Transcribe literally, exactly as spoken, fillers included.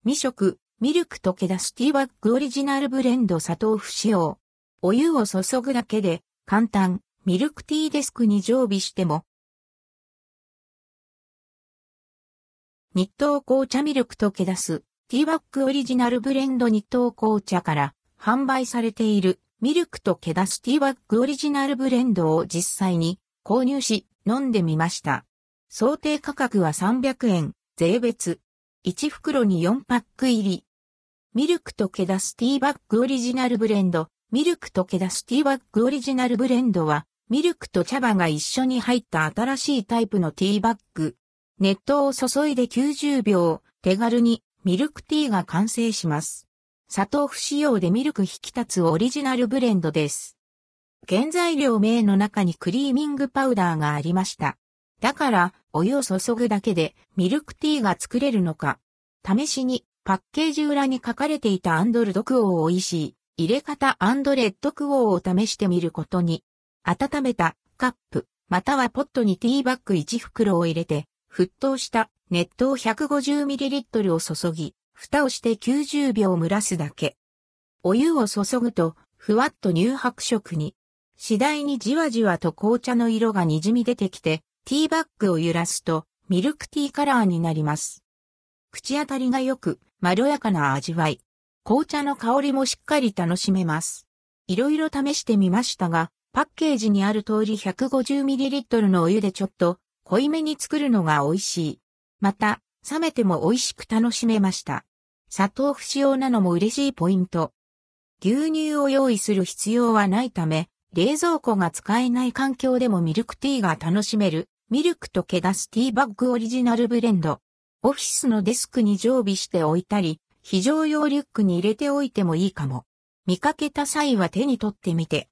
未食、ミルク溶け出すティーバッグオリジナルブレンド砂糖不使用。お湯を注ぐだけで簡単、ミルクティーデスクに常備しても。日東紅茶ミルク溶け出すティーバッグオリジナルブレンド日東紅茶から販売されているミルク溶け出すティーバッグオリジナルブレンドを実際に購入し飲んでみました。想定価格はさんびゃくえん、税別。いち袋によんパック入り。ミルク溶け出すティーバッグオリジナルブレンド。ミルク溶け出すティーバッグオリジナルブレンドは、ミルクと茶葉が一緒に入った新しいタイプのティーバッグ。熱湯を注いできゅうじゅうびょう、手軽にミルクティーが完成します。砂糖不使用でミルク引き立つオリジナルブレンドです。原材料名の中にクリーミングパウダーがありました。だから、お湯を注ぐだけでミルクティーが作れるのか。試しにパッケージ裏に書かれていたアンドルドクオーおいしい入れ方アンドレッドクオーを試してみることに。温めたカップまたはポットにティーバッグいち袋を入れて沸騰した熱湯 ひゃくごじゅうミリリットル を注ぎ、蓋をしてきゅうじゅうびょう蒸らすだけ。お湯を注ぐとふわっと乳白色に。次第にじわじわと紅茶の色が滲み出てきて、ティーバッグを揺らすとミルクティーカラーになります。口当たりが良く、まろやかな味わい。紅茶の香りもしっかり楽しめます。いろいろ試してみましたが、パッケージにある通り ひゃくごじゅうミリリットル のお湯でちょっと濃いめに作るのが美味しい。また、冷めても美味しく楽しめました。砂糖不使用なのも嬉しいポイント。牛乳を用意する必要はないため、冷蔵庫が使えない環境でもミルクティーが楽しめる。ミルク溶け出すティーバッグオリジナルブレンド。オフィスのデスクに常備しておいたり、非常用リュックに入れておいてもいいかも。見かけた際は手に取ってみて